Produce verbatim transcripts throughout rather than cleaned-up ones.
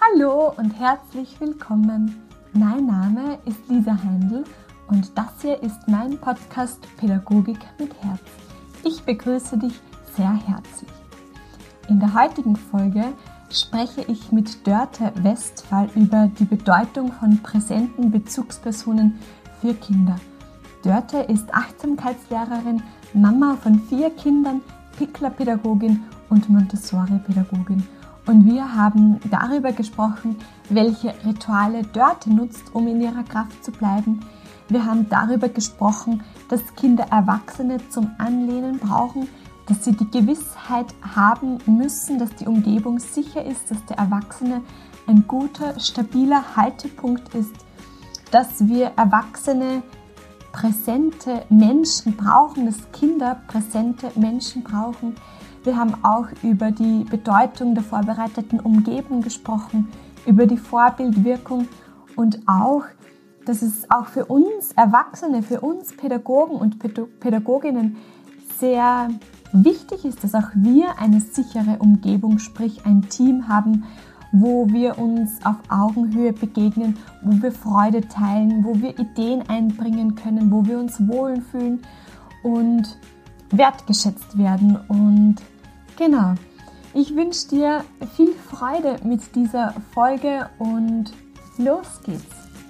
Hallo und herzlich willkommen. Mein Name ist Lisa Heindl und das hier ist mein Podcast Pädagogik mit Herz. Ich begrüße dich sehr herzlich. In der heutigen Folge spreche ich mit Dörte Westphal über die Bedeutung von präsenten Bezugspersonen für Kinder. Dörte ist Achtsamkeitslehrerin, Mama von vier Kindern, Pickler-Pädagogin und Montessori-Pädagogin. Und wir haben darüber gesprochen, welche Rituale Dörte nutzt, um in ihrer Kraft zu bleiben. Wir haben darüber gesprochen, dass Kinder Erwachsene zum Anlehnen brauchen, dass sie die Gewissheit haben müssen, dass die Umgebung sicher ist, dass der Erwachsene ein guter, stabiler Haltepunkt ist, dass wir Erwachsene präsente Menschen brauchen, dass Kinder präsente Menschen brauchen. Wir haben auch über die Bedeutung der vorbereiteten Umgebung gesprochen, über die Vorbildwirkung und auch, dass es auch für uns Erwachsene, für uns Pädagogen und Pädagoginnen sehr wichtig ist, dass auch wir eine sichere Umgebung, sprich ein Team haben, wo wir uns auf Augenhöhe begegnen, wo wir Freude teilen, wo wir Ideen einbringen können, wo wir uns wohlfühlen und wertgeschätzt werden. Und genau, ich wünsche dir viel Freude mit dieser Folge und los geht's.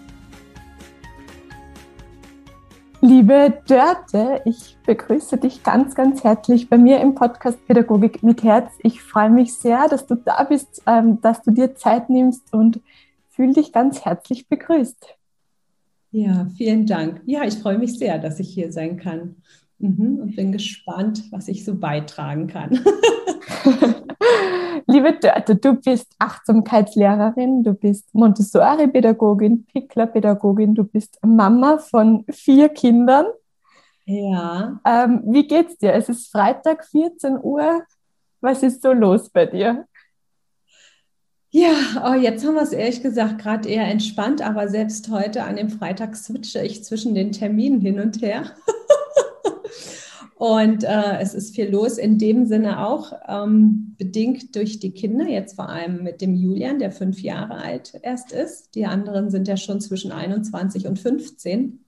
Liebe Dörte, ich begrüße dich ganz, ganz herzlich bei mir im Podcast Pädagogik mit Herz. Ich freue mich sehr, dass du da bist, dass du dir Zeit nimmst und fühle dich ganz herzlich begrüßt. Ja, vielen Dank. Ja, ich freue mich sehr, dass ich hier sein kann. Und bin gespannt, was ich so beitragen kann. Liebe Dörte, du bist Achtsamkeitslehrerin, du bist Montessori-Pädagogin, Pickler-Pädagogin, du bist Mama von vier Kindern. Ja. Ähm, wie geht's dir? Es ist Freitag, vierzehn Uhr. Was ist so los bei dir? Ja, oh, jetzt haben wir es ehrlich gesagt gerade eher entspannt, aber selbst heute an dem Freitag switche ich zwischen den Terminen hin und her. Und äh, es ist viel los in dem Sinne auch, ähm, bedingt durch die Kinder, jetzt vor allem mit dem Julian, der fünf Jahre alt erst ist. Die anderen sind ja schon zwischen einundzwanzig und fünfzehn.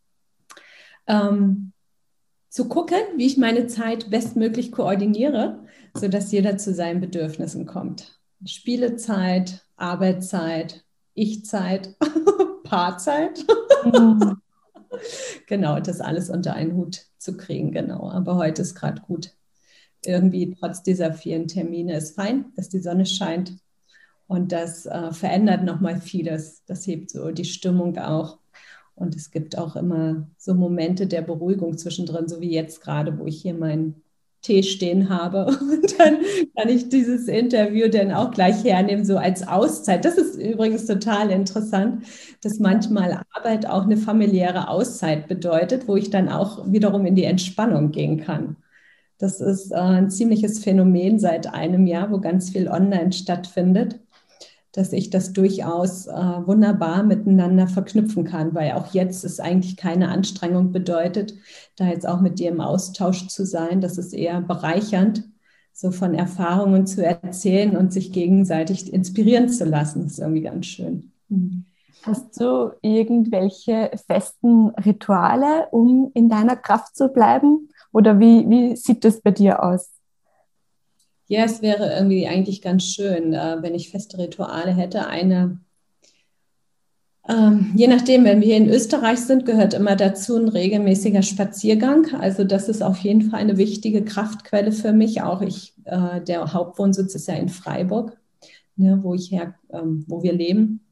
Ähm, zu gucken, wie ich meine Zeit bestmöglich koordiniere, sodass jeder zu seinen Bedürfnissen kommt. Spielezeit, Arbeitszeit, Ich-Zeit, Paarzeit. Mhm. Genau, das alles unter einen Hut zu kriegen, genau. Aber heute ist gerade gut. Irgendwie trotz dieser vielen Termine ist fein, dass die Sonne scheint. Und das äh, verändert nochmal vieles. Das hebt so die Stimmung auch. Und es gibt auch immer so Momente der Beruhigung zwischendrin, so wie jetzt gerade, wo ich hier meinen Tee stehen habe. Und dann kann ich dieses Interview dann auch gleich hernehmen, so als Auszeit. Das ist übrigens total interessant, dass manchmal Arbeit auch eine familiäre Auszeit bedeutet, wo ich dann auch wiederum in die Entspannung gehen kann. Das ist äh, ein ziemliches Phänomen seit einem Jahr, wo ganz viel online stattfindet, dass ich das durchaus äh, wunderbar miteinander verknüpfen kann, weil auch jetzt es eigentlich keine Anstrengung bedeutet, da jetzt auch mit dir im Austausch zu sein. Das ist eher bereichernd, so von Erfahrungen zu erzählen und sich gegenseitig inspirieren zu lassen. Das ist irgendwie ganz schön. Hast du irgendwelche festen Rituale, um in deiner Kraft zu bleiben? Oder wie, wie sieht das bei dir aus? Ja, es wäre irgendwie eigentlich ganz schön, äh, wenn ich feste Rituale hätte. Eine, ähm, je nachdem, wenn wir hier in Österreich sind, gehört immer dazu ein regelmäßiger Spaziergang. Also das ist auf jeden Fall eine wichtige Kraftquelle für mich. Auch ich, äh, der Hauptwohnsitz ist ja in Freiburg, ne, wo ich her, ähm, wo wir leben.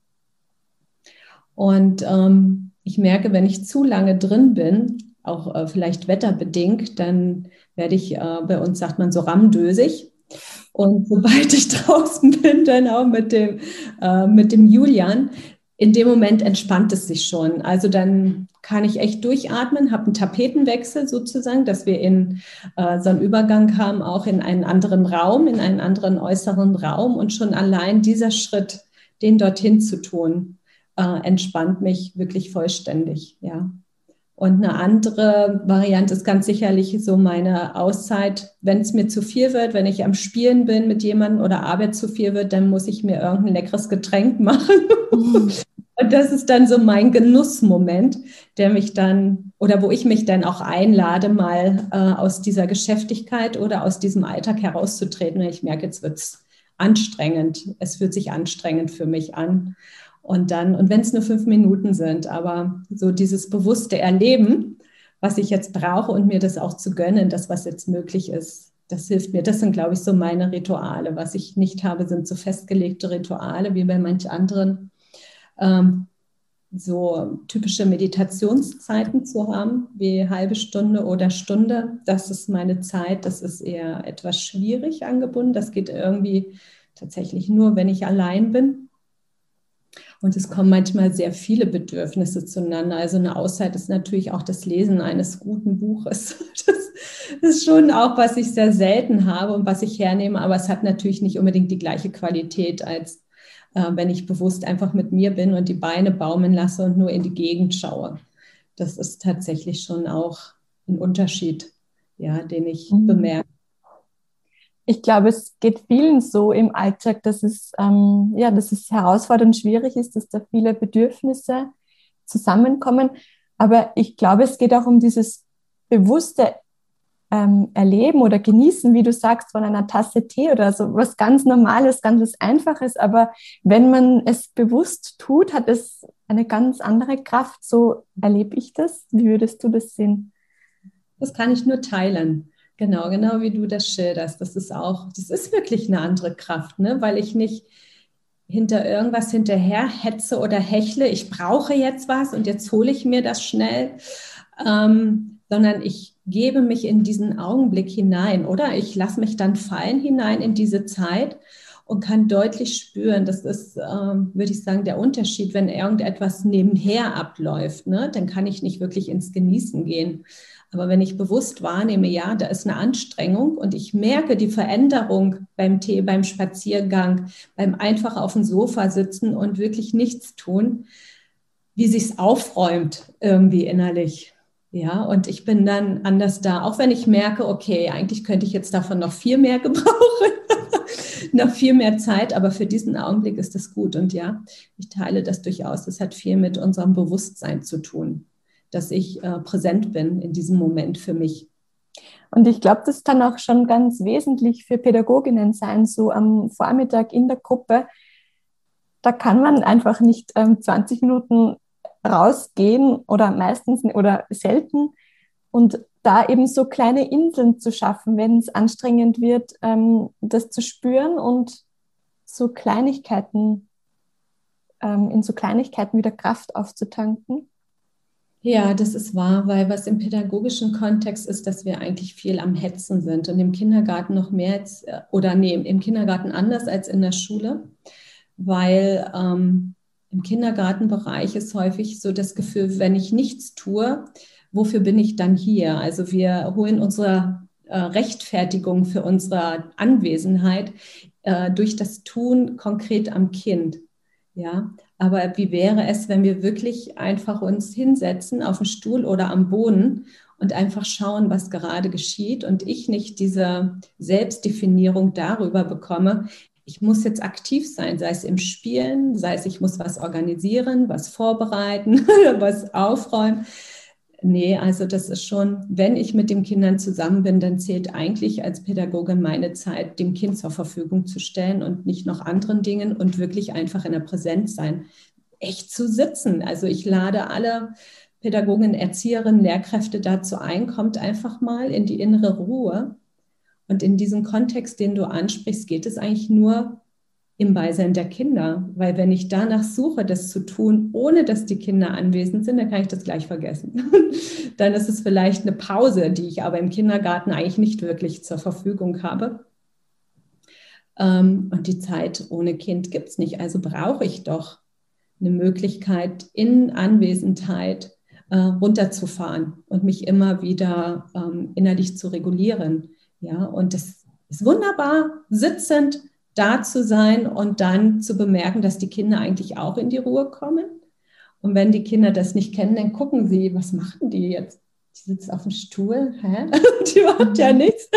Und ähm, ich merke, wenn ich zu lange drin bin, auch äh, vielleicht wetterbedingt, dann werde ich, äh, bei uns sagt man so rammdösig. Und sobald ich draußen bin, dann auch mit dem, äh, mit dem Julian, in dem Moment entspannt es sich schon. Also dann kann ich echt durchatmen, habe einen Tapetenwechsel sozusagen, dass wir in äh, so einen Übergang haben, auch in einen anderen Raum, in einen anderen äußeren Raum. Und schon allein dieser Schritt, den dorthin zu tun, äh, entspannt mich wirklich vollständig, ja. Und eine andere Variante ist ganz sicherlich so meine Auszeit, wenn es mir zu viel wird, wenn ich am Spielen bin mit jemandem oder Arbeit zu viel wird, dann muss ich mir irgendein leckeres Getränk machen. Und das ist dann so mein Genussmoment, der mich dann oder wo ich mich dann auch einlade, mal äh, aus dieser Geschäftigkeit oder aus diesem Alltag herauszutreten. Wenn ich merke, jetzt wird es anstrengend. Es fühlt sich anstrengend für mich an. Und dann, und wenn es nur fünf Minuten sind, aber so dieses bewusste Erleben, was ich jetzt brauche und mir das auch zu gönnen, das, was jetzt möglich ist, das hilft mir. Das sind, glaube ich, so meine Rituale. Was ich nicht habe, sind so festgelegte Rituale, wie bei manch anderen. Ähm, so typische Meditationszeiten zu haben, wie halbe Stunde oder Stunde. Das ist meine Zeit. Das ist eher etwas schwierig angebunden. Das geht irgendwie tatsächlich nur, wenn ich allein bin. Und es kommen manchmal sehr viele Bedürfnisse zueinander. Also eine Auszeit ist natürlich auch das Lesen eines guten Buches. Das ist schon auch, was ich sehr selten habe und was ich hernehme. Aber es hat natürlich nicht unbedingt die gleiche Qualität, als äh, wenn ich bewusst einfach mit mir bin und die Beine baumeln lasse und nur in die Gegend schaue. Das ist tatsächlich schon auch ein Unterschied, ja, den ich Mhm. bemerke. Ich glaube, es geht vielen so im Alltag, dass es, ähm, ja, dass es herausfordernd und schwierig ist, dass da viele Bedürfnisse zusammenkommen. Aber ich glaube, es geht auch um dieses bewusste ähm, Erleben oder Genießen, wie du sagst, von einer Tasse Tee oder so, was ganz Normales, ganz was Einfaches. Aber wenn man es bewusst tut, hat es eine ganz andere Kraft. So erlebe ich das. Wie würdest du das sehen? Das kann ich nur teilen. Genau, genau wie du das schilderst. Das ist auch, das ist wirklich eine andere Kraft, ne? Weil ich nicht hinter irgendwas hinterher hetze oder hechle, ich brauche jetzt was und jetzt hole ich mir das schnell, ähm, sondern ich gebe mich in diesen Augenblick hinein, oder? Ich lasse mich dann fallen hinein in diese Zeit und kann deutlich spüren, das ist, ähm, würde ich sagen, der Unterschied, wenn irgendetwas nebenher abläuft, ne? Dann kann ich nicht wirklich ins Genießen gehen. Aber wenn ich bewusst wahrnehme, ja, da ist eine Anstrengung und ich merke die Veränderung beim Tee, beim Spaziergang, beim einfach auf dem Sofa sitzen und wirklich nichts tun, wie sich's aufräumt irgendwie innerlich. Ja, und ich bin dann anders da, auch wenn ich merke, okay, eigentlich könnte ich jetzt davon noch viel mehr gebrauchen, noch viel mehr Zeit, aber für diesen Augenblick ist das gut. Und ja, ich teile das durchaus. Das hat viel mit unserem Bewusstsein zu tun, dass ich äh, präsent bin in diesem Moment für mich. Und ich glaube, das kann auch schon ganz wesentlich für Pädagoginnen sein, so am Vormittag in der Gruppe. Da kann man einfach nicht ähm, zwanzig Minuten rausgehen oder meistens oder selten und da eben so kleine Inseln zu schaffen, wenn es anstrengend wird, ähm, das zu spüren und so Kleinigkeiten, ähm, in so Kleinigkeiten wieder Kraft aufzutanken. Ja, das ist wahr, weil was im pädagogischen Kontext ist, dass wir eigentlich viel am Hetzen sind und im Kindergarten noch mehr als, oder nee, im Kindergarten anders als in der Schule, weil ähm, im Kindergartenbereich ist häufig so das Gefühl, wenn ich nichts tue, wofür bin ich dann hier? Also wir holen unsere äh, Rechtfertigung für unsere Anwesenheit äh, durch das Tun konkret am Kind. Ja, aber wie wäre es, wenn wir wirklich einfach uns hinsetzen auf den Stuhl oder am Boden und einfach schauen, was gerade geschieht und ich nicht diese Selbstdefinierung darüber bekomme, ich muss jetzt aktiv sein, sei es im Spielen, sei es ich muss was organisieren, was vorbereiten, was aufräumen. Nee, also das ist schon, wenn ich mit den Kindern zusammen bin, dann zählt eigentlich als Pädagogin meine Zeit, dem Kind zur Verfügung zu stellen und nicht noch anderen Dingen und wirklich einfach in der Präsenz sein, echt zu sitzen. Also ich lade alle Pädagogen, Erzieherinnen, Lehrkräfte dazu ein, kommt einfach mal in die innere Ruhe. Und in diesem Kontext, den du ansprichst, geht es eigentlich nur im Beisein der Kinder. Weil wenn ich danach suche, das zu tun, ohne dass die Kinder anwesend sind, dann kann ich das gleich vergessen. Dann ist es vielleicht eine Pause, die ich aber im Kindergarten eigentlich nicht wirklich zur Verfügung habe. Und die Zeit ohne Kind gibt es nicht. Also brauche ich doch eine Möglichkeit, in Anwesenheit äh, runterzufahren und mich immer wieder ähm, innerlich zu regulieren. Ja, und das ist wunderbar, sitzend da zu sein und dann zu bemerken, dass die Kinder eigentlich auch in die Ruhe kommen Und wenn die Kinder das nicht kennen, dann gucken sie, was machen die jetzt? Die sitzt auf dem Stuhl, hä? Die macht ja nichts.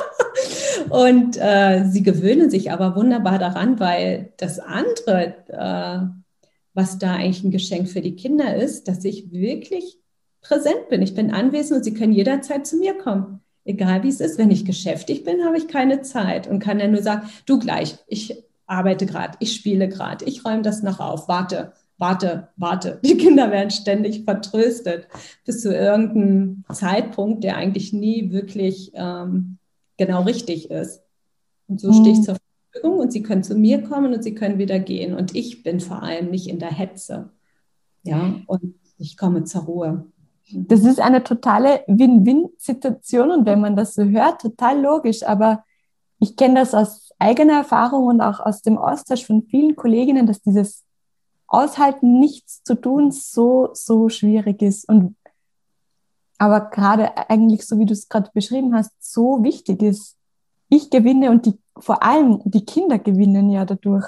Und äh, sie gewöhnen sich aber wunderbar daran, weil das andere, äh, was da eigentlich ein Geschenk für die Kinder ist, dass ich wirklich präsent bin. Ich bin anwesend und sie können jederzeit zu mir kommen. Egal wie es ist, wenn ich geschäftig bin, habe ich keine Zeit und kann dann nur sagen, du gleich, ich arbeite gerade, ich spiele gerade, ich räume das noch auf, warte, warte, warte. Die Kinder werden ständig vertröstet bis zu irgendeinem Zeitpunkt, der eigentlich nie wirklich ähm, genau richtig ist. Und so stehe ich zur Verfügung und sie können zu mir kommen und sie können wieder gehen. Und ich bin vor allem nicht in der Hetze. Ja, und ich komme zur Ruhe. Das ist eine totale Win-Win-Situation und wenn man das so hört, total logisch. Aber ich kenne das aus eigener Erfahrung und auch aus dem Austausch von vielen Kolleginnen, dass dieses Aushalten, nichts zu tun, so, so schwierig ist. Und aber gerade eigentlich, so wie du es gerade beschrieben hast, so wichtig ist. Ich gewinne und die, vor allem die Kinder gewinnen ja dadurch.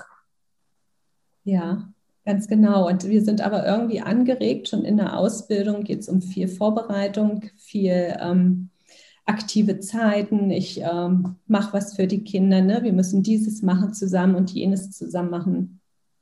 Ja, ganz genau. Und wir sind aber irgendwie angeregt, schon in der Ausbildung geht es um viel Vorbereitung, viel ähm, aktive Zeiten. Ich ähm, mache was für die Kinder. Ne? Wir müssen dieses machen zusammen und jenes zusammen machen.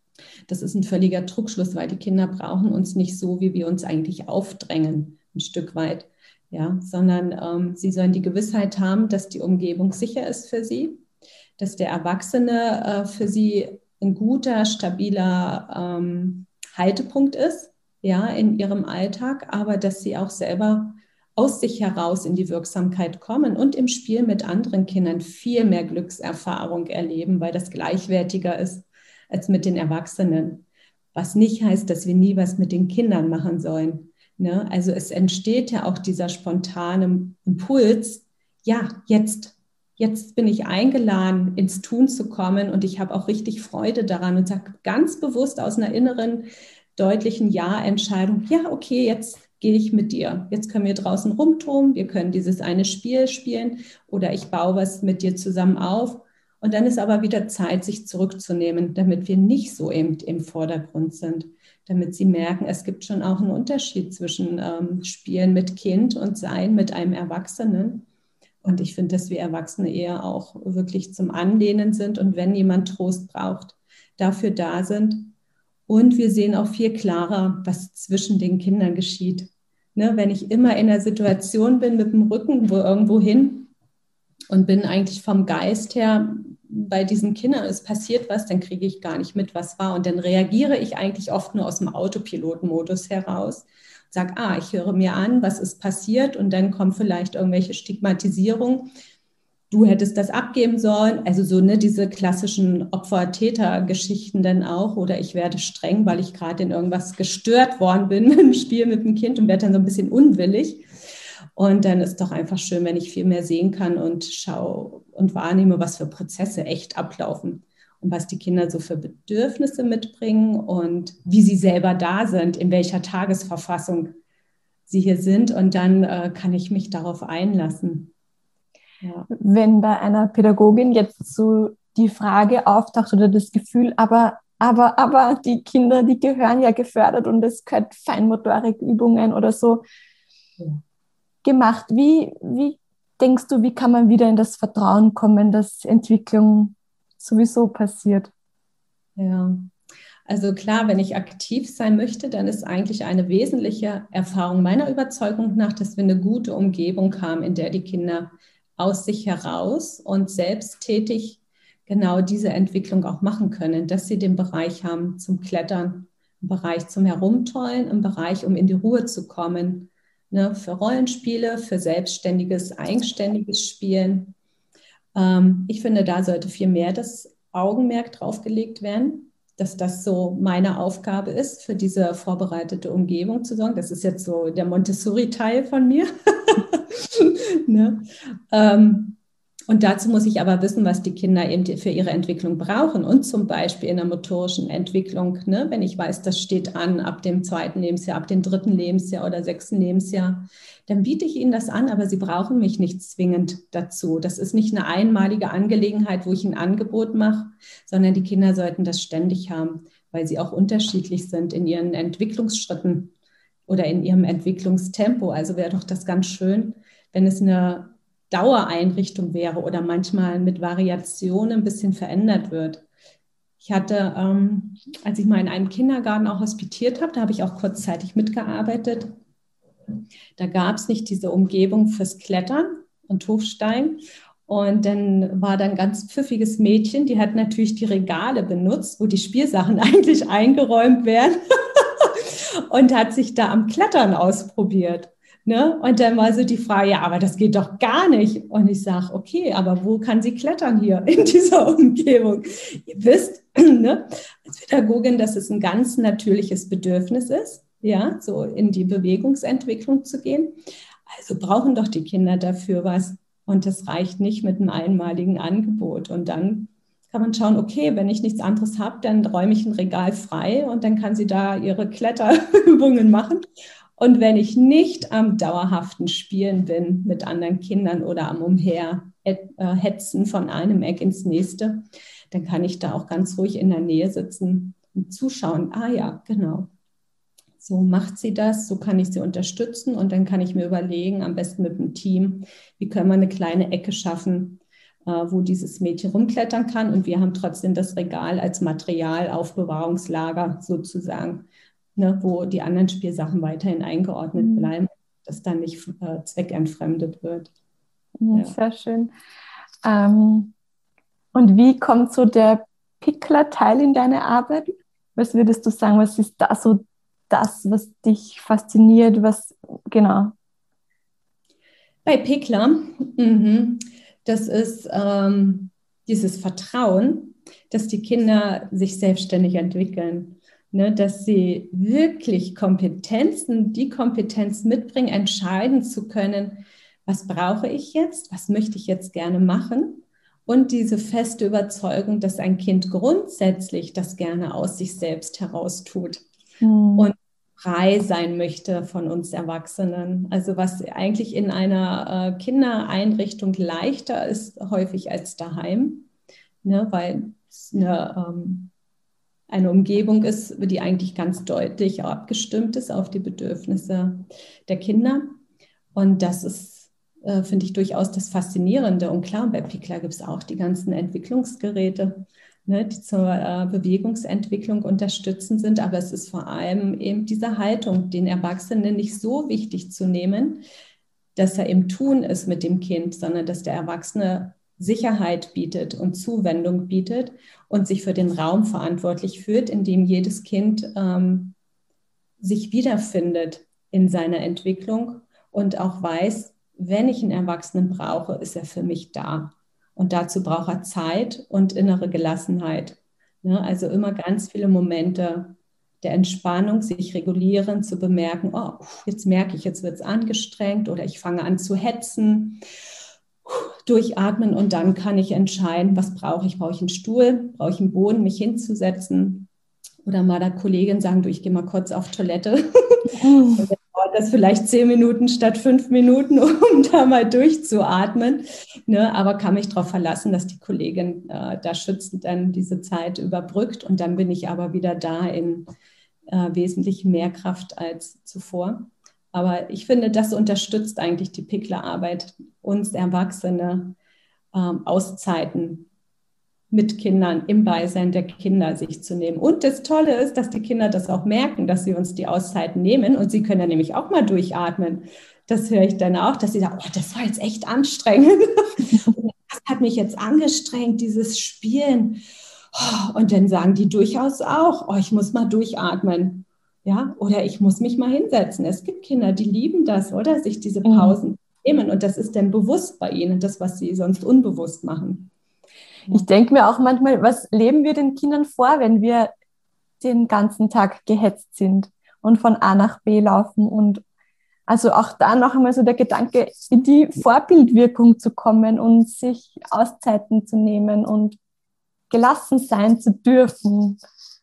Das ist ein völliger Trugschluss, weil die Kinder brauchen uns nicht so, wie wir uns eigentlich aufdrängen, ein Stück weit. Ja, sondern ähm, sie sollen die Gewissheit haben, dass die Umgebung sicher ist für sie, dass der Erwachsene äh, für sie ein guter, stabiler ähm, Haltepunkt ist, ja, in ihrem Alltag, aber dass sie auch selber aus sich heraus in die Wirksamkeit kommen und im Spiel mit anderen Kindern viel mehr Glückserfahrung erleben, weil das gleichwertiger ist als mit den Erwachsenen. Was nicht heißt, dass wir nie was mit den Kindern machen sollen. Ne? Also es entsteht ja auch dieser spontane Impuls, ja, jetzt Jetzt bin ich eingeladen, ins Tun zu kommen und ich habe auch richtig Freude daran und sage ganz bewusst aus einer inneren, deutlichen Ja-Entscheidung, ja, okay, jetzt gehe ich mit dir. Jetzt können wir draußen rumtoben, wir können dieses eine Spiel spielen oder ich baue was mit dir zusammen auf. Und dann ist aber wieder Zeit, sich zurückzunehmen, damit wir nicht so eben im Vordergrund sind, damit sie merken, es gibt schon auch einen Unterschied zwischen ähm, Spielen mit Kind und Sein mit einem Erwachsenen. Und ich finde, dass wir Erwachsene eher auch wirklich zum Anlehnen sind und wenn jemand Trost braucht, dafür da sind. Und wir sehen auch viel klarer, was zwischen den Kindern geschieht. Ne, wenn ich immer in der Situation bin mit dem Rücken wo irgendwo hin und bin eigentlich vom Geist her bei diesen Kindern, es passiert was, dann kriege ich gar nicht mit, was war. Und dann reagiere ich eigentlich oft nur aus dem Autopilotenmodus heraus. Sag, ah, ich höre mir an, was ist passiert und dann kommen vielleicht irgendwelche Stigmatisierungen. Du hättest das abgeben sollen, also so ne, diese klassischen Opfer-Täter-Geschichten dann auch oder ich werde streng, weil ich gerade in irgendwas gestört worden bin im Spiel mit dem Kind und werde dann so ein bisschen unwillig. Und dann ist doch einfach schön, wenn ich viel mehr sehen kann und schaue und wahrnehme, was für Prozesse echt ablaufen. Und was die Kinder so für Bedürfnisse mitbringen und wie sie selber da sind, in welcher Tagesverfassung sie hier sind. Und dann äh, kann ich mich darauf einlassen. Ja. Wenn bei einer Pädagogin jetzt so die Frage auftaucht oder das Gefühl, aber, aber, aber die Kinder, die gehören ja gefördert und es gehört Feinmotorikübungen oder so ja. gemacht. Wie, wie denkst du, wie kann man wieder in das Vertrauen kommen, dass Entwicklung sowieso passiert? Ja, also klar, wenn ich aktiv sein möchte, dann ist eigentlich eine wesentliche Erfahrung meiner Überzeugung nach, dass wir eine gute Umgebung haben, in der die Kinder aus sich heraus und selbsttätig genau diese Entwicklung auch machen können, dass sie den Bereich haben zum Klettern, einen Bereich zum Herumtollen, einen Bereich, um in die Ruhe zu kommen, ne, für Rollenspiele, für selbstständiges, eigenständiges Spielen. Ähm, ich finde, da sollte viel mehr das Augenmerk drauf gelegt werden, dass das so meine Aufgabe ist, für diese vorbereitete Umgebung zu sorgen. Das ist jetzt so der Montessori-Teil von mir. ne? ähm, und dazu muss ich aber wissen, was die Kinder eben für ihre Entwicklung brauchen. Und zum Beispiel in der motorischen Entwicklung, ne? Wenn ich weiß, das steht an ab dem zweiten Lebensjahr, ab dem dritten Lebensjahr oder sechsten Lebensjahr, dann biete ich ihnen das an, aber sie brauchen mich nicht zwingend dazu. Das ist nicht eine einmalige Angelegenheit, wo ich ein Angebot mache, sondern die Kinder sollten das ständig haben. weil sie auch unterschiedlich sind in ihren Entwicklungsschritten oder in ihrem Entwicklungstempo. Also wäre doch das ganz schön, wenn es eine Dauereinrichtung wäre oder manchmal mit Variationen ein bisschen verändert wird. Ich hatte, ähm, als ich mal in einem Kindergarten auch hospitiert habe, da habe ich auch kurzzeitig mitgearbeitet. Da gab es nicht diese Umgebung fürs Klettern und Hofsteigen. Und dann war da ein ganz pfiffiges Mädchen, die hat natürlich die Regale benutzt, wo die Spielsachen eigentlich eingeräumt werden und hat sich da am Klettern ausprobiert. Ne? Und dann war so die Frage, ja, aber das geht doch gar nicht. Und ich sage, okay, aber wo kann sie klettern hier in dieser Umgebung? Ihr wisst, ne, als Pädagogin, dass es ein ganz natürliches Bedürfnis ist, ja, so in die Bewegungsentwicklung zu gehen. Also brauchen doch die Kinder dafür was. Und das reicht nicht mit einem einmaligen Angebot. Und dann kann man schauen, okay, wenn ich nichts anderes habe, dann räume ich ein Regal frei und dann kann sie da ihre Kletterübungen machen. Und wenn ich nicht am dauerhaften Spielen bin mit anderen Kindern oder am Umherhetzen von einem Eck ins nächste, dann kann ich da auch ganz ruhig in der Nähe sitzen und zuschauen. Ah ja, genau. So macht sie das, so kann ich sie unterstützen und dann kann ich mir überlegen, am besten mit dem Team, wie können wir eine kleine Ecke schaffen, wo dieses Mädchen rumklettern kann und wir haben trotzdem das Regal als Materialaufbewahrungslager sozusagen, ne, wo die anderen Spielsachen weiterhin eingeordnet bleiben, dass dann nicht äh, zweckentfremdet wird. Ja. Sehr schön. Ähm, und wie kommt so der Pickler-Teil in deine Arbeit? Was würdest du sagen, was ist da so das, was dich fasziniert, was, genau? Bei Pickler, mhm, das ist ähm, dieses Vertrauen, dass die Kinder sich selbstständig entwickeln, ne, dass sie wirklich Kompetenzen, die Kompetenz mitbringen, entscheiden zu können, was brauche ich jetzt, was möchte ich jetzt gerne machen und diese feste Überzeugung, dass ein Kind grundsätzlich das gerne aus sich selbst heraus tut. Mhm. Und frei sein möchte von uns Erwachsenen. Also was eigentlich in einer äh, Kindereinrichtung leichter ist, häufig als daheim, ne, weil es eine, ähm, eine Umgebung ist, die eigentlich ganz deutlich abgestimmt ist auf die Bedürfnisse der Kinder. Und das ist, äh, finde ich, durchaus das Faszinierende. Und klar, bei Pickler gibt es auch die ganzen Entwicklungsgeräte, ne, die zur äh, Bewegungsentwicklung unterstützend sind. Aber es ist vor allem eben diese Haltung, den Erwachsenen nicht so wichtig zu nehmen, dass er im Tun ist mit dem Kind, sondern dass der Erwachsene Sicherheit bietet und Zuwendung bietet und sich für den Raum verantwortlich fühlt, in dem jedes Kind ähm, sich wiederfindet in seiner Entwicklung und auch weiß, wenn ich einen Erwachsenen brauche, ist er für mich da. Und dazu braucht er Zeit und innere Gelassenheit. Ne? Also immer ganz viele Momente der Entspannung, sich regulieren, zu bemerken, oh, jetzt merke ich, jetzt wird es angestrengt oder ich fange an zu hetzen. Durchatmen und dann kann ich entscheiden, was brauche ich. Brauche ich einen Stuhl? Brauche ich einen Boden, mich hinzusetzen? Oder mal der Kollegin sagen, du, ich gehe mal kurz auf Toilette. Und dann dauert das vielleicht zehn Minuten statt fünf Minuten, um da mal durchzuatmen. Ne? Aber kann mich darauf verlassen, dass die Kollegin äh, da schützend dann diese Zeit überbrückt. Und dann bin ich aber wieder da in äh, wesentlich mehr Kraft als zuvor. Aber ich finde, das unterstützt eigentlich die Pickler-Arbeit, uns Erwachsene ähm, Auszeiten mit Kindern, im Beisein der Kinder sich zu nehmen. Und das Tolle ist, dass die Kinder das auch merken, dass sie uns die Auszeiten nehmen und sie können dann nämlich auch mal durchatmen. Das höre ich dann auch, dass sie sagen, oh, das war jetzt echt anstrengend. Das hat mich jetzt angestrengt, dieses Spielen. Und dann sagen die durchaus auch, oh, ich muss mal durchatmen. Ja, oder ich muss mich mal hinsetzen. Es gibt Kinder, die lieben das, oder? Sich diese Pausen nehmen. Und das ist dann bewusst bei ihnen, das, was sie sonst unbewusst machen. Ich denke mir auch manchmal, was leben wir den Kindern vor, wenn wir den ganzen Tag gehetzt sind und von A nach B laufen? Und also auch da noch einmal so der Gedanke, in die Vorbildwirkung zu kommen und sich Auszeiten zu nehmen und gelassen sein zu dürfen.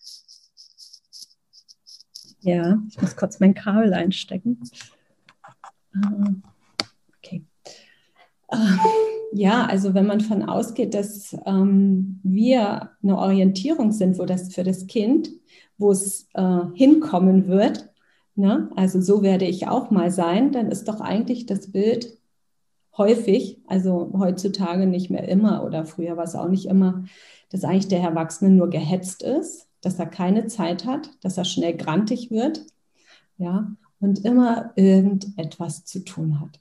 Ja, ich muss kurz mein Kabel einstecken. Okay. ja, also wenn man von ausgeht, dass ähm, wir eine Orientierung sind, wo das für das Kind, wo es äh, hinkommen wird, ne? Also so werde ich auch mal sein, dann ist doch eigentlich das Bild häufig, also heutzutage nicht mehr immer oder früher war es auch nicht immer, dass eigentlich der Erwachsene nur gehetzt ist, dass er keine Zeit hat, dass er schnell grantig wird, ja, und immer irgendetwas zu tun hat.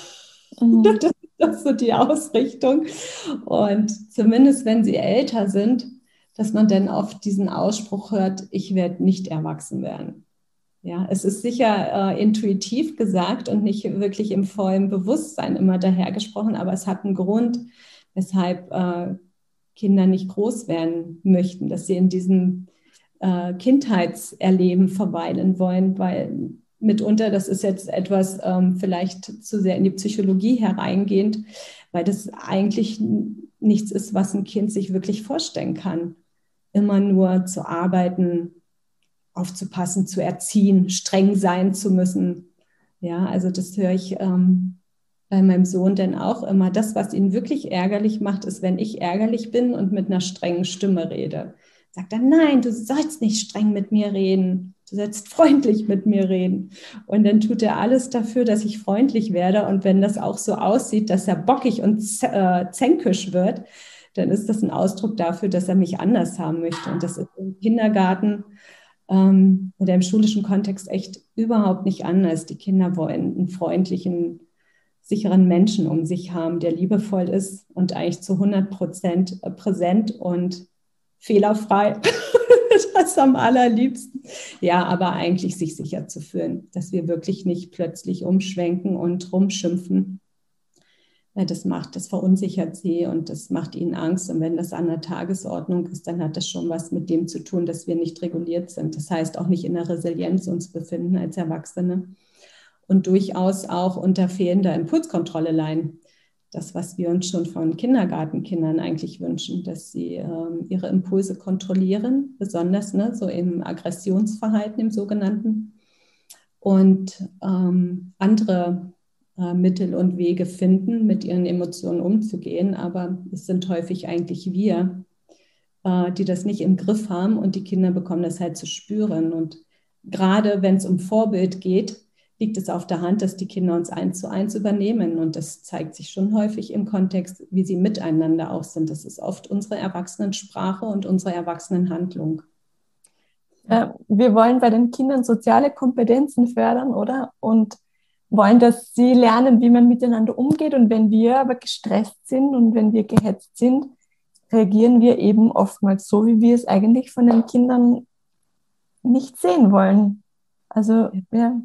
Mhm. Das ist das so die Ausrichtung. Und zumindest wenn sie älter sind, dass man dann oft diesen Ausspruch hört, ich werde nicht erwachsen werden. Ja, es ist sicher äh, intuitiv gesagt und nicht wirklich im vollen Bewusstsein immer dahergesprochen, aber es hat einen Grund, weshalb äh, Kinder nicht groß werden möchten, dass sie in diesem äh, Kindheitserleben verweilen wollen, weil mitunter, das ist jetzt etwas ähm, vielleicht zu sehr in die Psychologie hereingehend, weil das eigentlich nichts ist, was ein Kind sich wirklich vorstellen kann. Immer nur zu arbeiten, aufzupassen, zu erziehen, streng sein zu müssen. Ja, also das höre ich ähm, bei meinem Sohn dann auch immer. Das, was ihn wirklich ärgerlich macht, ist, wenn ich ärgerlich bin und mit einer strengen Stimme rede. Sagt er, nein, du sollst nicht streng mit mir reden. Du sollst freundlich mit mir reden. Und dann tut er alles dafür, dass ich freundlich werde. Und wenn das auch so aussieht, dass er bockig und äh, zänkisch wird, dann ist das ein Ausdruck dafür, dass er mich anders haben möchte. Und das ist im Kindergarten ähm, oder im schulischen Kontext echt überhaupt nicht anders. Die Kinder wollen einen freundlichen, sicheren Menschen um sich haben, der liebevoll ist und eigentlich zu hundert Prozent präsent und fehlerfrei. Das am allerliebsten. Ja, aber eigentlich sich sicher zu fühlen, dass wir wirklich nicht plötzlich umschwenken und rumschimpfen. Weil das macht, das verunsichert sie und das macht ihnen Angst. Und wenn das an der Tagesordnung ist, dann hat das schon was mit dem zu tun, dass wir nicht reguliert sind. Das heißt auch nicht in der Resilienz uns befinden als Erwachsene und durchaus auch unter fehlender Impulskontrolle leiden. Das, was wir uns schon von Kindergartenkindern eigentlich wünschen, dass sie ähm, ihre Impulse kontrollieren, besonders ne, so im Aggressionsverhalten, im sogenannten, und ähm, andere äh, Mittel und Wege finden, mit ihren Emotionen umzugehen. Aber es sind häufig eigentlich wir, äh, die das nicht im Griff haben und die Kinder bekommen das halt zu spüren. Und gerade wenn es um Vorbild geht, liegt es auf der Hand, dass die Kinder uns eins zu eins übernehmen. Und das zeigt sich schon häufig im Kontext, wie sie miteinander auch sind. Das ist oft unsere Erwachsenensprache und unsere Erwachsenenhandlung. Ja, wir wollen bei den Kindern soziale Kompetenzen fördern, oder? Und wollen, dass sie lernen, wie man miteinander umgeht. Und wenn wir aber gestresst sind und wenn wir gehetzt sind, reagieren wir eben oftmals so, wie wir es eigentlich von den Kindern nicht sehen wollen. Also, ja.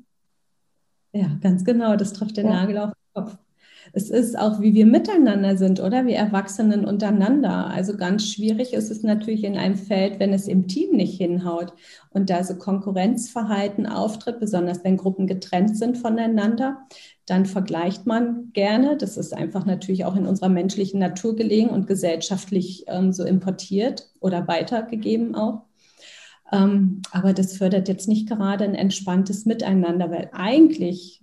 Ja, ganz genau, das trifft den Ja. Nagel auf den Kopf. Es ist auch, wie wir miteinander sind, oder? Wir Erwachsenen untereinander. Also ganz schwierig ist es natürlich in einem Feld, wenn es im Team nicht hinhaut und da so Konkurrenzverhalten auftritt, besonders wenn Gruppen getrennt sind voneinander, dann vergleicht man gerne. Das ist einfach natürlich auch in unserer menschlichen Natur gelegen und gesellschaftlich ähm, so importiert oder weitergegeben auch. Ähm, aber das fördert jetzt nicht gerade ein entspanntes Miteinander, weil eigentlich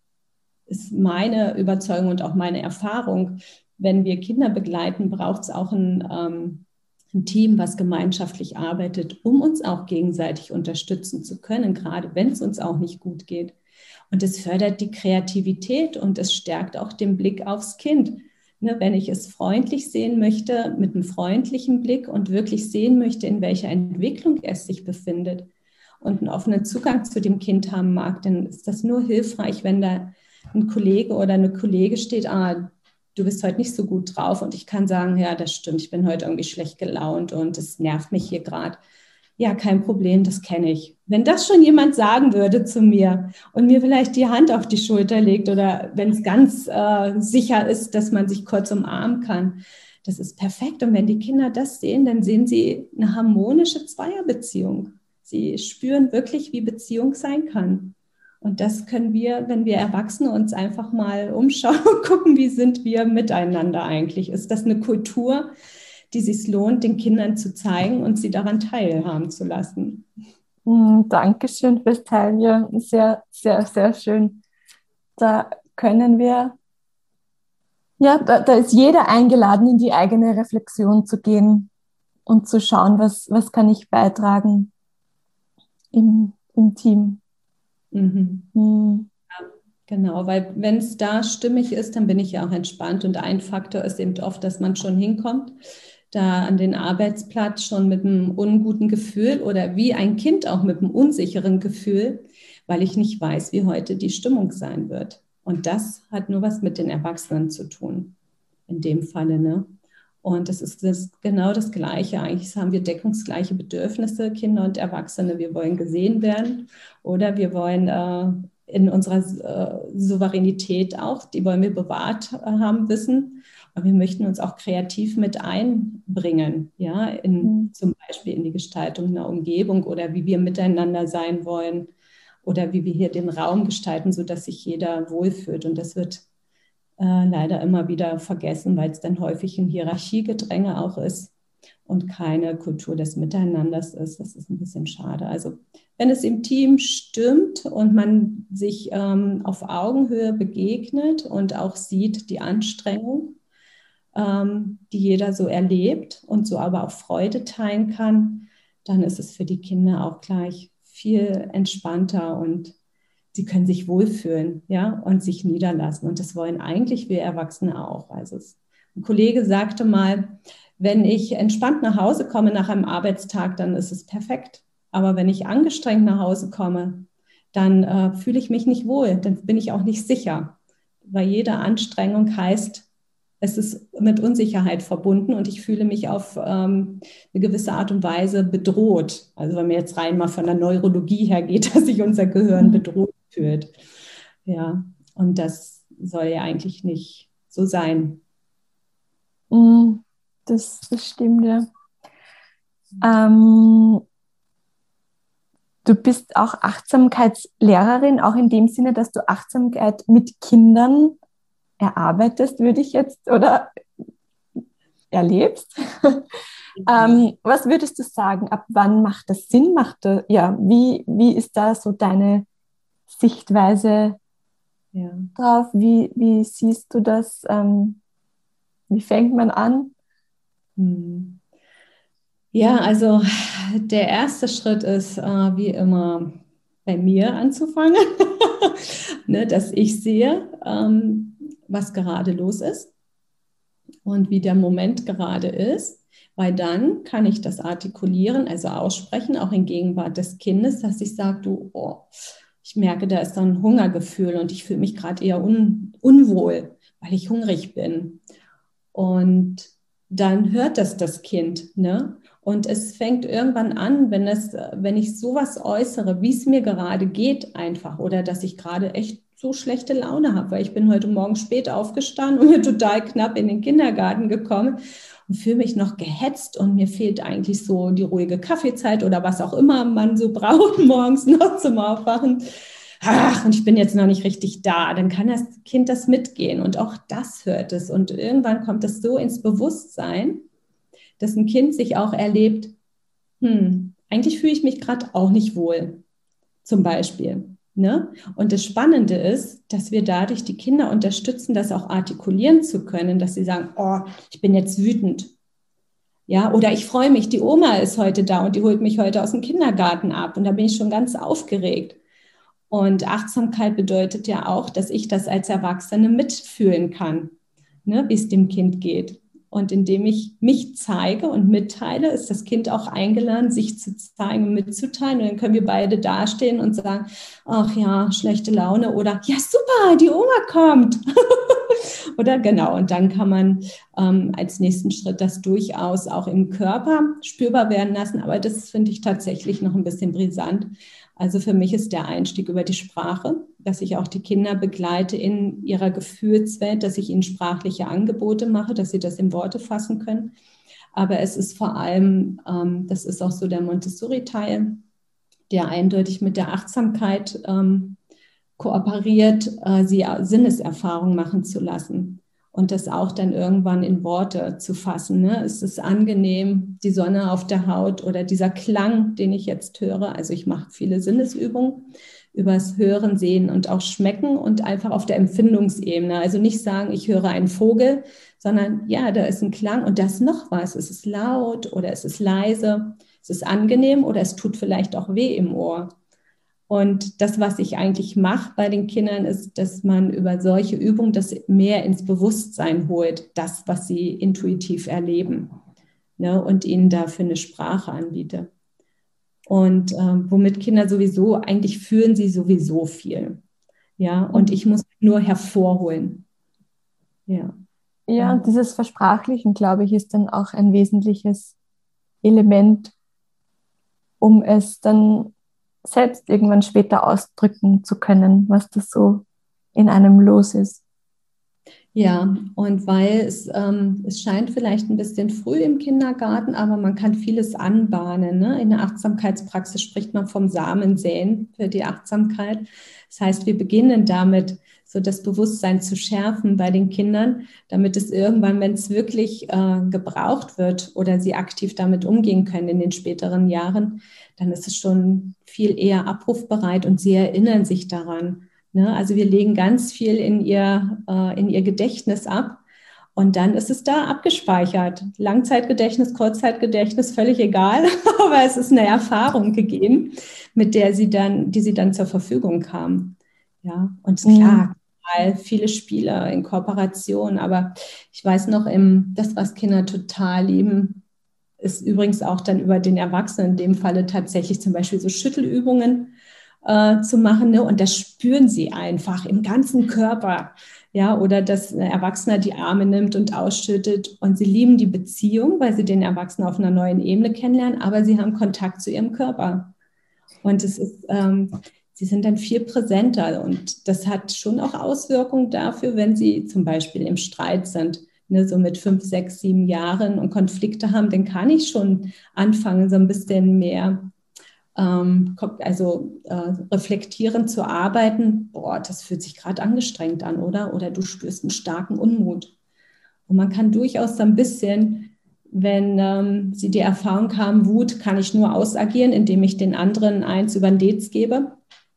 ist meine Überzeugung und auch meine Erfahrung, wenn wir Kinder begleiten, braucht es auch ein, ähm, ein Team, was gemeinschaftlich arbeitet, um uns auch gegenseitig unterstützen zu können, gerade wenn es uns auch nicht gut geht. Und es fördert die Kreativität und es stärkt auch den Blick aufs Kind. Ne, wenn ich es freundlich sehen möchte, mit einem freundlichen Blick und wirklich sehen möchte, in welcher Entwicklung es sich befindet und einen offenen Zugang zu dem Kind haben mag, dann ist das nur hilfreich, wenn da ein Kollege oder eine Kollegin steht, ah, du bist heute nicht so gut drauf und ich kann sagen, ja, das stimmt, ich bin heute irgendwie schlecht gelaunt und es nervt mich hier gerade. Ja, kein Problem, das kenne ich. Wenn das schon jemand sagen würde zu mir und mir vielleicht die Hand auf die Schulter legt oder wenn es ganz äh, sicher ist, dass man sich kurz umarmen kann, das ist perfekt. Und wenn die Kinder das sehen, dann sehen sie eine harmonische Zweierbeziehung. Sie spüren wirklich, wie Beziehung sein kann. Und das können wir, wenn wir Erwachsene uns einfach mal umschauen und gucken, wie sind wir miteinander eigentlich? Ist das eine Kultur, die es sich lohnt, den Kindern zu zeigen und sie daran teilhaben zu lassen? Mm, Dankeschön fürs Teilen. Ja, sehr, sehr, sehr schön. Da können wir Ja, da, da ist jeder eingeladen, in die eigene Reflexion zu gehen und zu schauen, was, was kann ich beitragen im, im Team. Mhm. Hm. Genau, weil wenn es da stimmig ist, dann bin ich ja auch entspannt. Und ein Faktor ist eben oft, dass man schon hinkommt, da an den Arbeitsplatz schon mit einem unguten Gefühl oder wie ein Kind auch mit einem unsicheren Gefühl, weil ich nicht weiß, wie heute die Stimmung sein wird. Und das hat nur was mit den Erwachsenen zu tun, in dem Falle, ne? Und das ist das, genau das Gleiche. Eigentlich haben wir deckungsgleiche Bedürfnisse, Kinder und Erwachsene. Wir wollen gesehen werden oder wir wollen äh, in unserer äh, Souveränität auch, die wollen wir bewahrt äh, haben, wissen. Aber wir möchten uns auch kreativ mit einbringen, ja, in, Hm. zum Beispiel in die Gestaltung einer Umgebung oder wie wir miteinander sein wollen oder wie wir hier den Raum gestalten, sodass sich jeder wohlfühlt. Und das wird äh, leider immer wieder vergessen, weil es dann häufig ein Hierarchiegedränge auch ist und keine Kultur des Miteinanders ist. Das ist ein bisschen schade. Also wenn es im Team stimmt und man sich ähm, auf Augenhöhe begegnet und auch sieht die Anstrengung, ähm, die jeder so erlebt und so aber auch Freude teilen kann, dann ist es für die Kinder auch gleich viel entspannter und sie können sich wohlfühlen, ja, und sich niederlassen. Und das wollen eigentlich wir Erwachsene auch. Also es, ein Kollege sagte mal, wenn ich entspannt nach Hause komme nach einem Arbeitstag, dann ist es perfekt. Aber wenn ich angestrengt nach Hause komme, dann äh, fühle ich mich nicht wohl, dann bin ich auch nicht sicher. Weil jede Anstrengung heißt, es ist mit Unsicherheit verbunden und ich fühle mich auf ähm, eine gewisse Art und Weise bedroht. Also wenn mir jetzt rein mal von der Neurologie her geht, dass sich unser Gehirn Hm. bedroht fühlt. Ja, und das soll ja eigentlich nicht so sein. Hm. Das, das stimmt, ja. Ähm, Du bist auch Achtsamkeitslehrerin, auch in dem Sinne, dass du Achtsamkeit mit Kindern erarbeitest, würde ich jetzt, oder erlebst. Ja. Ähm, was würdest du sagen? Ab wann macht das Sinn? Macht das, ja, wie, wie ist da so deine Sichtweise Ja. drauf? Wie, wie siehst du das? Ähm, wie fängt man an? Hm. Ja, also der erste Schritt ist, äh, wie immer, bei mir anzufangen, ne, dass ich sehe, ähm, was gerade los ist und wie der Moment gerade ist, weil dann kann ich das artikulieren, also aussprechen, auch in Gegenwart des Kindes, dass ich sage, du, oh, ich merke, da ist dann ein Hungergefühl und ich fühle mich gerade eher un unwohl, weil ich hungrig bin. Und dann hört das das Kind, ne? Und es fängt irgendwann an, wenn es, wenn ich sowas äußere, wie es mir gerade geht, einfach, oder dass ich gerade echt so schlechte Laune habe, weil ich bin heute Morgen spät aufgestanden und mir total knapp in den Kindergarten gekommen und fühle mich noch gehetzt und mir fehlt eigentlich so die ruhige Kaffeezeit oder was auch immer man so braucht morgens noch zum Aufwachen. Ach, und ich bin jetzt noch nicht richtig da, dann kann das Kind das mitgehen und auch das hört es. Und irgendwann kommt es so ins Bewusstsein, dass ein Kind sich auch erlebt, hm, eigentlich fühle ich mich gerade auch nicht wohl, zum Beispiel. Ne? Und das Spannende ist, dass wir dadurch die Kinder unterstützen, das auch artikulieren zu können, dass sie sagen, oh, ich bin jetzt wütend. Ja, oder ich freue mich, die Oma ist heute da und die holt mich heute aus dem Kindergarten ab und da bin ich schon ganz aufgeregt. Und Achtsamkeit bedeutet ja auch, dass ich das als Erwachsene mitfühlen kann, ne, wie es dem Kind geht. Und indem ich mich zeige und mitteile, ist das Kind auch eingeladen, sich zu zeigen und mitzuteilen. Und dann können wir beide dastehen und sagen, ach ja, schlechte Laune oder ja, super, die Oma kommt. Oder genau, und dann kann man ähm, als nächsten Schritt das durchaus auch im Körper spürbar werden lassen. Aber das finde ich tatsächlich noch ein bisschen brisant. Also für mich ist der Einstieg über die Sprache, dass ich auch die Kinder begleite in ihrer Gefühlswelt, dass ich ihnen sprachliche Angebote mache, dass sie das in Worte fassen können. Aber es ist vor allem, ähm, das ist auch so der Montessori-Teil, der eindeutig mit der Achtsamkeit ähm, kooperiert, äh, sie Sinneserfahrung machen zu lassen und das auch dann irgendwann in Worte zu fassen. Ne? Ist es angenehm, die Sonne auf der Haut oder dieser Klang, den ich jetzt höre? Also ich mache viele Sinnesübungen übers Hören, Sehen und auch Schmecken und einfach auf der Empfindungsebene. Also nicht sagen, ich höre einen Vogel, sondern ja, da ist ein Klang und da ist noch was. Es ist laut oder es ist leise, es ist angenehm oder es tut vielleicht auch weh im Ohr. Und das, was ich eigentlich mache bei den Kindern, ist, dass man über solche Übungen das mehr ins Bewusstsein holt, das, was sie intuitiv erleben, ne, und ihnen dafür eine Sprache anbiete. Und ähm, womit Kinder sowieso, eigentlich fühlen sie sowieso viel. Ja, und ich muss nur hervorholen. Ja. Ja, und dieses Versprachlichen, glaube ich, ist dann auch ein wesentliches Element, um es dann selbst irgendwann später ausdrücken zu können, was das so in einem los ist. Ja, und weil es, ähm, es scheint vielleicht ein bisschen früh im Kindergarten, aber man kann vieles anbahnen. Ne? In der Achtsamkeitspraxis spricht man vom Samensäen für die Achtsamkeit. Das heißt, wir beginnen damit, so das Bewusstsein zu schärfen bei den Kindern, damit es irgendwann, wenn es wirklich äh, gebraucht wird oder sie aktiv damit umgehen können in den späteren Jahren, dann ist es schon viel eher abrufbereit und sie erinnern sich daran. Ne? Also wir legen ganz viel in ihr, äh, in ihr Gedächtnis ab und dann ist es da abgespeichert. Langzeitgedächtnis, Kurzzeitgedächtnis, völlig egal, aber es ist eine Erfahrung gegeben, mit der sie dann, die sie dann zur Verfügung kam. Ja, und klar, mhm. viele Spiele in Kooperation, aber ich weiß noch, im, das, was Kinder total lieben, ist übrigens auch dann über den Erwachsenen, in dem Falle tatsächlich zum Beispiel so Schüttelübungen äh, zu machen, ne? Und das spüren sie einfach im ganzen Körper. Ja, oder dass ein Erwachsener die Arme nimmt und ausschüttet und sie lieben die Beziehung, weil sie den Erwachsenen auf einer neuen Ebene kennenlernen, aber sie haben Kontakt zu ihrem Körper. Und es ist, ähm, sie sind dann viel präsenter und das hat schon auch Auswirkungen dafür, wenn sie zum Beispiel im Streit sind, ne, so mit fünf, sechs, sieben Jahren und Konflikte haben, dann kann ich schon anfangen, so ein bisschen mehr ähm, also äh, reflektierend zu arbeiten. Boah, das fühlt sich gerade angestrengt an, oder? Oder du spürst einen starken Unmut. Und man kann durchaus so ein bisschen, wenn ähm, sie die Erfahrung haben, Wut kann ich nur ausagieren, indem ich den anderen eins über den Dez gebe,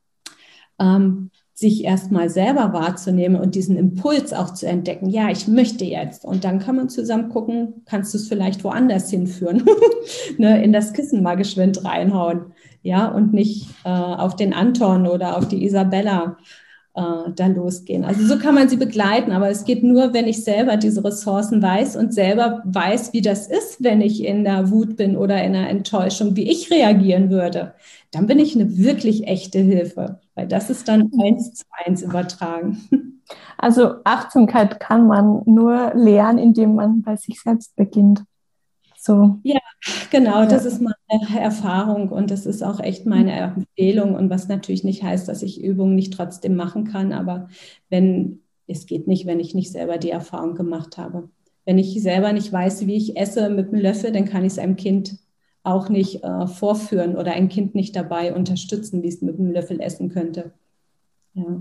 ähm, sich erstmal selber wahrzunehmen und diesen Impuls auch zu entdecken. Ja, ich möchte jetzt. Und dann kann man zusammen gucken, kannst du es vielleicht woanders hinführen, ne, in das Kissen mal geschwind reinhauen, ja, und nicht äh, auf den Anton oder auf die Isabella äh, da losgehen. Also so kann man sie begleiten, aber es geht nur, wenn ich selber diese Ressourcen weiß und selber weiß, wie das ist, wenn ich in der Wut bin oder in der Enttäuschung, wie ich reagieren würde. Dann bin ich eine wirklich echte Hilfe, weil das ist dann eins zu eins übertragen. Also Achtsamkeit kann man nur lernen, indem man bei sich selbst beginnt. So. Ja, genau, das ist meine Erfahrung und das ist auch echt meine Empfehlung und was natürlich nicht heißt, dass ich Übungen nicht trotzdem machen kann, aber wenn, es geht nicht, wenn ich nicht selber die Erfahrung gemacht habe. Wenn ich selber nicht weiß, wie ich esse mit einem Löffel, dann kann ich es einem Kind auch nicht äh, vorführen oder ein Kind nicht dabei unterstützen, wie es mit einem Löffel essen könnte. Ja.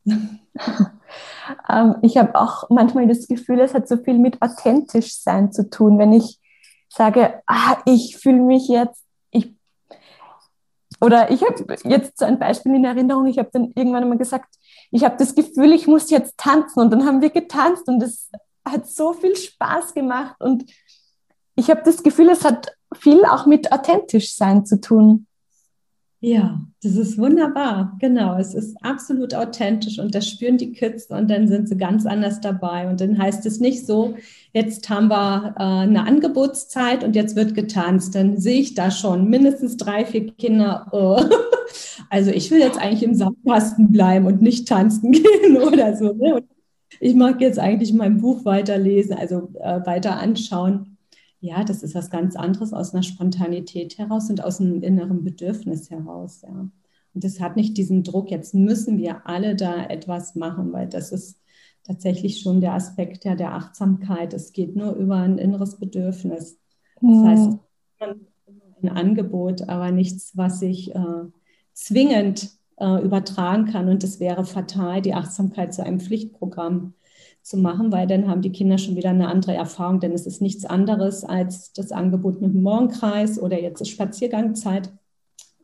ähm, ich habe auch manchmal das Gefühl, es hat so viel mit authentisch sein zu tun, wenn ich sage, ah, ich fühle mich jetzt, ich, oder ich habe jetzt so ein Beispiel in Erinnerung, ich habe dann irgendwann einmal gesagt, ich habe das Gefühl, ich muss jetzt tanzen und dann haben wir getanzt und es hat so viel Spaß gemacht und ich habe das Gefühl, es hat viel auch mit authentisch sein zu tun. Ja, das ist wunderbar, genau. Es ist absolut authentisch und das spüren die Kids und dann sind sie ganz anders dabei. Und dann heißt es nicht so, jetzt haben wir äh, eine Angebotszeit und jetzt wird getanzt. Dann sehe ich da schon mindestens drei, vier Kinder. Oh. Also ich will jetzt eigentlich im Sandkasten bleiben und nicht tanzen gehen oder so. Ne? Und ich mag jetzt eigentlich mein Buch weiterlesen, also äh, weiter anschauen. Ja, das ist was ganz anderes aus einer Spontanität heraus und aus einem inneren Bedürfnis heraus. Ja. Und das hat nicht diesen Druck, jetzt müssen wir alle da etwas machen, weil das ist tatsächlich schon der Aspekt ja, der Achtsamkeit. Es geht nur über ein inneres Bedürfnis. Das Mhm. heißt, ein Angebot, aber nichts, was ich äh, zwingend äh, übertragen kann. Und das wäre fatal, die Achtsamkeit zu einem Pflichtprogramm zu machen, weil dann haben die Kinder schon wieder eine andere Erfahrung, denn es ist nichts anderes als das Angebot mit dem Morgenkreis oder jetzt ist Spaziergangzeit.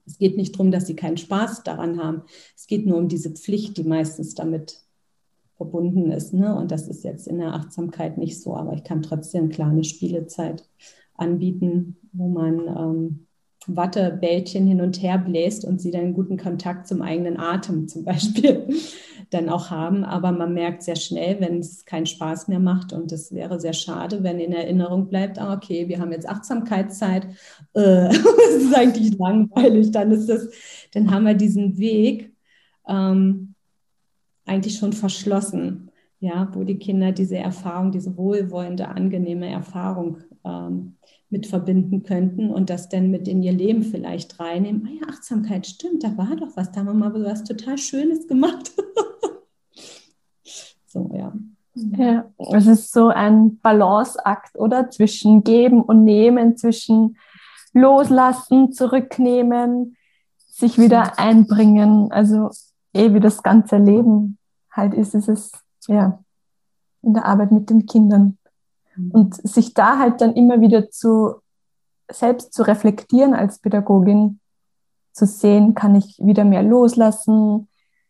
Es geht nicht darum, dass sie keinen Spaß daran haben. Es geht nur um diese Pflicht, die meistens damit verbunden ist. Ne? Und das ist jetzt in der Achtsamkeit nicht so, aber ich kann trotzdem klar eine Spielezeit anbieten, wo man ähm, Wattebällchen hin und her bläst und sie dann guten Kontakt zum eigenen Atem zum Beispiel dann auch haben. Aber man merkt sehr schnell, wenn es keinen Spaß mehr macht, und das wäre sehr schade, wenn in Erinnerung bleibt, ah, okay, wir haben jetzt Achtsamkeitszeit, äh, das ist eigentlich langweilig, dann ist das, dann haben wir diesen Weg ähm, eigentlich schon verschlossen, ja, wo die Kinder diese Erfahrung, diese wohlwollende, angenehme Erfahrung ähm, mit verbinden könnten und das dann mit in ihr Leben vielleicht reinnehmen. Ah ja, Achtsamkeit, stimmt, da war doch was, da haben wir mal was total Schönes gemacht. So, ja. Ja, es ist so ein Balanceakt, oder? Zwischen Geben und Nehmen, zwischen Loslassen, Zurücknehmen, sich wieder einbringen. Also eh wie das ganze Leben halt ist, ist es ja in der Arbeit mit den Kindern. Und sich da halt dann immer wieder zu selbst zu reflektieren als Pädagogin, zu sehen, kann ich wieder mehr loslassen?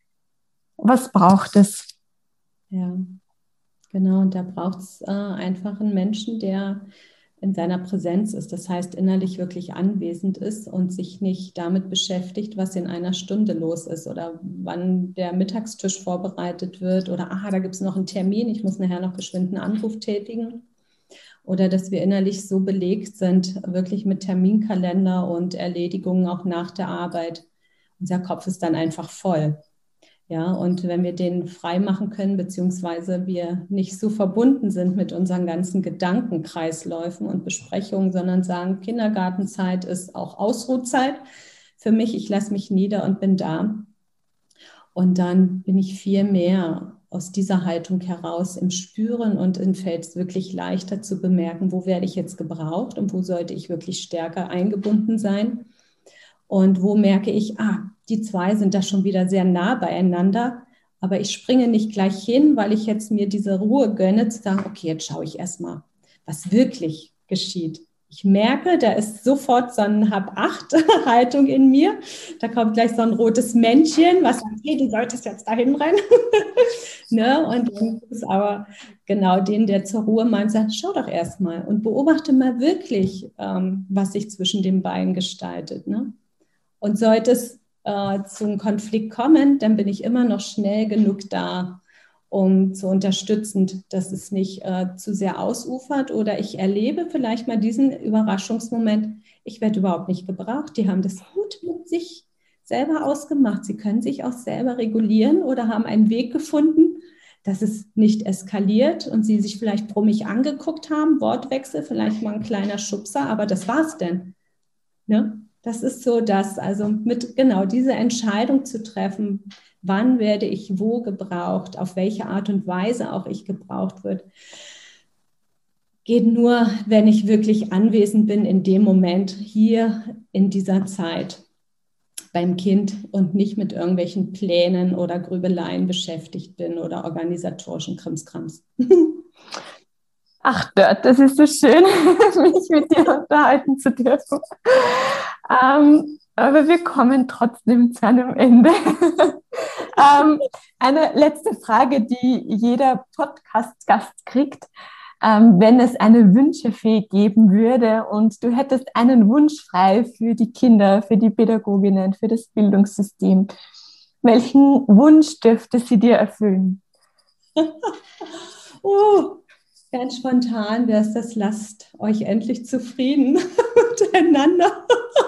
Was braucht es? Ja, genau. Und da braucht es äh, einfach einen Menschen, der in seiner Präsenz ist, das heißt innerlich wirklich anwesend ist und sich nicht damit beschäftigt, was in einer Stunde los ist oder wann der Mittagstisch vorbereitet wird oder aha, da gibt es noch einen Termin, ich muss nachher noch geschwind einen Anruf tätigen. Oder dass wir innerlich so belegt sind, wirklich mit Terminkalender und Erledigungen auch nach der Arbeit. Unser Kopf ist dann einfach voll. Ja, und wenn wir den frei machen können, beziehungsweise wir nicht so verbunden sind mit unseren ganzen Gedankenkreisläufen und Besprechungen, sondern sagen, Kindergartenzeit ist auch Ausruhzeit für mich, ich lasse mich nieder und bin da. Und dann bin ich viel mehr aus dieser Haltung heraus im Spüren und dann fällt es wirklich leichter zu bemerken, wo werde ich jetzt gebraucht und wo sollte ich wirklich stärker eingebunden sein. Und wo merke ich, ah, die zwei sind da schon wieder sehr nah beieinander, aber ich springe nicht gleich hin, weil ich jetzt mir diese Ruhe gönne, zu sagen, okay, jetzt schaue ich erstmal, was wirklich geschieht. Ich merke, da ist sofort so eine Hab-Acht-Haltung in mir. Da kommt gleich so ein rotes Männchen, was sagt, hey, du solltest jetzt dahin rennen. Ne? Und dann ist aber genau den, der zur Ruhe meint, sagt, schau doch erstmal und beobachte mal wirklich, ähm, was sich zwischen den beiden gestaltet. Ne? Und sollte es äh, zum Konflikt kommen, dann bin ich immer noch schnell genug da, um zu unterstützen, dass es nicht äh, zu sehr ausufert oder ich erlebe vielleicht mal diesen Überraschungsmoment, ich werde überhaupt nicht gebraucht, die haben das gut mit sich selber ausgemacht, sie können sich auch selber regulieren oder haben einen Weg gefunden, dass es nicht eskaliert und sie sich vielleicht brummig angeguckt haben, Wortwechsel, vielleicht mal ein kleiner Schubser, aber das war's denn. Ne? Das ist so das, also mit genau diese Entscheidung zu treffen, wann werde ich wo gebraucht, auf welche Art und Weise auch ich gebraucht wird, geht nur, wenn ich wirklich anwesend bin in dem Moment, hier in dieser Zeit beim Kind und nicht mit irgendwelchen Plänen oder Grübeleien beschäftigt bin oder organisatorischen Krimskrams. Ach, Dört, das ist so schön, mich mit dir unterhalten zu dürfen. Ähm, aber wir kommen trotzdem zu einem Ende. ähm, eine letzte Frage, die jeder Podcast-Gast kriegt. Ähm, wenn es eine Wünschefee geben würde und du hättest einen Wunsch frei für die Kinder, für die Pädagoginnen, für das Bildungssystem, welchen Wunsch dürfte sie dir erfüllen? Oh, ganz spontan wäre es das, lasst euch endlich zufrieden miteinander.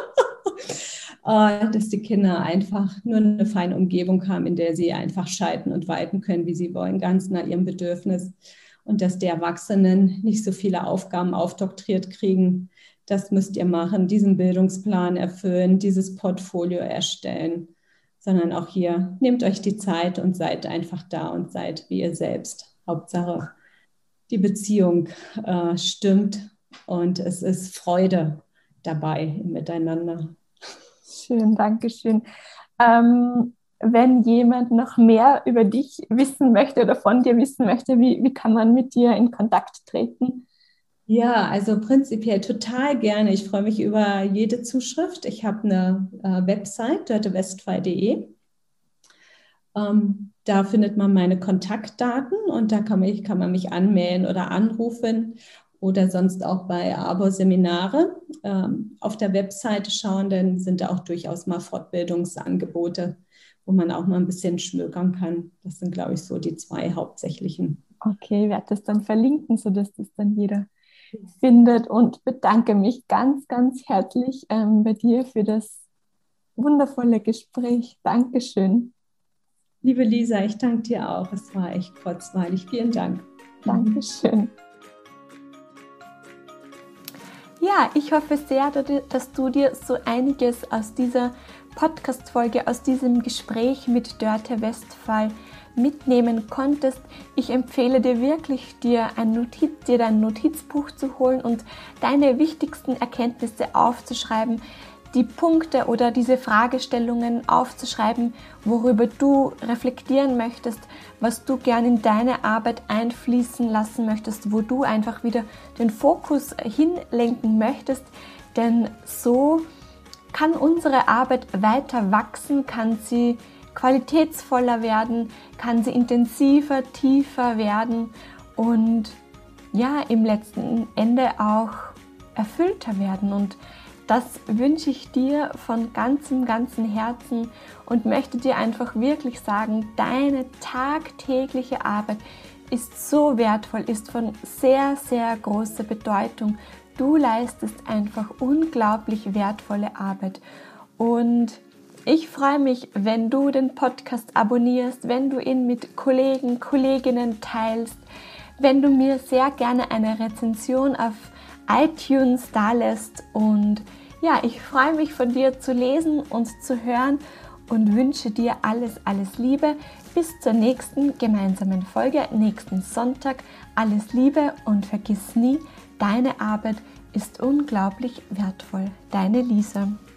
Dass die Kinder einfach nur eine feine Umgebung haben, in der sie einfach schalten und walten können, wie sie wollen, ganz nach ihrem Bedürfnis. Und dass die Erwachsenen nicht so viele Aufgaben aufdoktriert kriegen. Das müsst ihr machen, diesen Bildungsplan erfüllen, dieses Portfolio erstellen, sondern auch hier, nehmt euch die Zeit und seid einfach da und seid wie ihr selbst. Hauptsache, die Beziehung äh, stimmt und es ist Freude dabei im Miteinander. Schön, danke schön. Ähm, wenn jemand noch mehr über dich wissen möchte oder von dir wissen möchte, wie, wie kann man mit dir in Kontakt treten? Ja, also prinzipiell total gerne. Ich freue mich über jede Zuschrift. Ich habe eine äh, Website, dörte westphal punkt de. Ähm, da findet man meine Kontaktdaten und da kann, mich, kann man mich anmelden oder anrufen oder sonst auch bei Abo-Seminare ähm, auf der Webseite schauen, dann sind da auch durchaus mal Fortbildungsangebote, wo man auch mal ein bisschen schmökern kann. Das sind, glaube ich, so die zwei hauptsächlichen. Okay, ich werde das dann verlinken, sodass das dann jeder findet und bedanke mich ganz, ganz herzlich ähm, bei dir für das wundervolle Gespräch. Dankeschön. Liebe Lisa, ich danke dir auch. Es war echt kurzweilig. Vielen Dank. Dankeschön. Ja, ich hoffe sehr, dass du dir so einiges aus dieser Podcast-Folge, aus diesem Gespräch mit Dörte Westphal mitnehmen konntest. Ich empfehle dir wirklich, dir ein, Notiz, dir dein Notizbuch zu holen und deine wichtigsten Erkenntnisse aufzuschreiben, die Punkte oder diese Fragestellungen aufzuschreiben, worüber du reflektieren möchtest, was du gern in deine Arbeit einfließen lassen möchtest, wo du einfach wieder den Fokus hinlenken möchtest, denn so kann unsere Arbeit weiter wachsen, kann sie qualitätsvoller werden, kann sie intensiver, tiefer werden und ja, im letzten Ende auch erfüllter werden. Und das wünsche ich dir von ganzem, ganzem Herzen und möchte dir einfach wirklich sagen, deine tagtägliche Arbeit ist so wertvoll, ist von sehr, sehr großer Bedeutung. Du leistest einfach unglaublich wertvolle Arbeit. Und ich freue mich, wenn du den Podcast abonnierst, wenn du ihn mit Kollegen, Kolleginnen teilst, wenn du mir sehr gerne eine Rezension auf iTunes dalässt. Und ja, ich freue mich von dir zu lesen und zu hören und wünsche dir alles, alles Liebe. Bis zur nächsten gemeinsamen Folge, nächsten Sonntag. Alles Liebe und vergiss nie, deine Arbeit ist unglaublich wertvoll. Deine Lisa.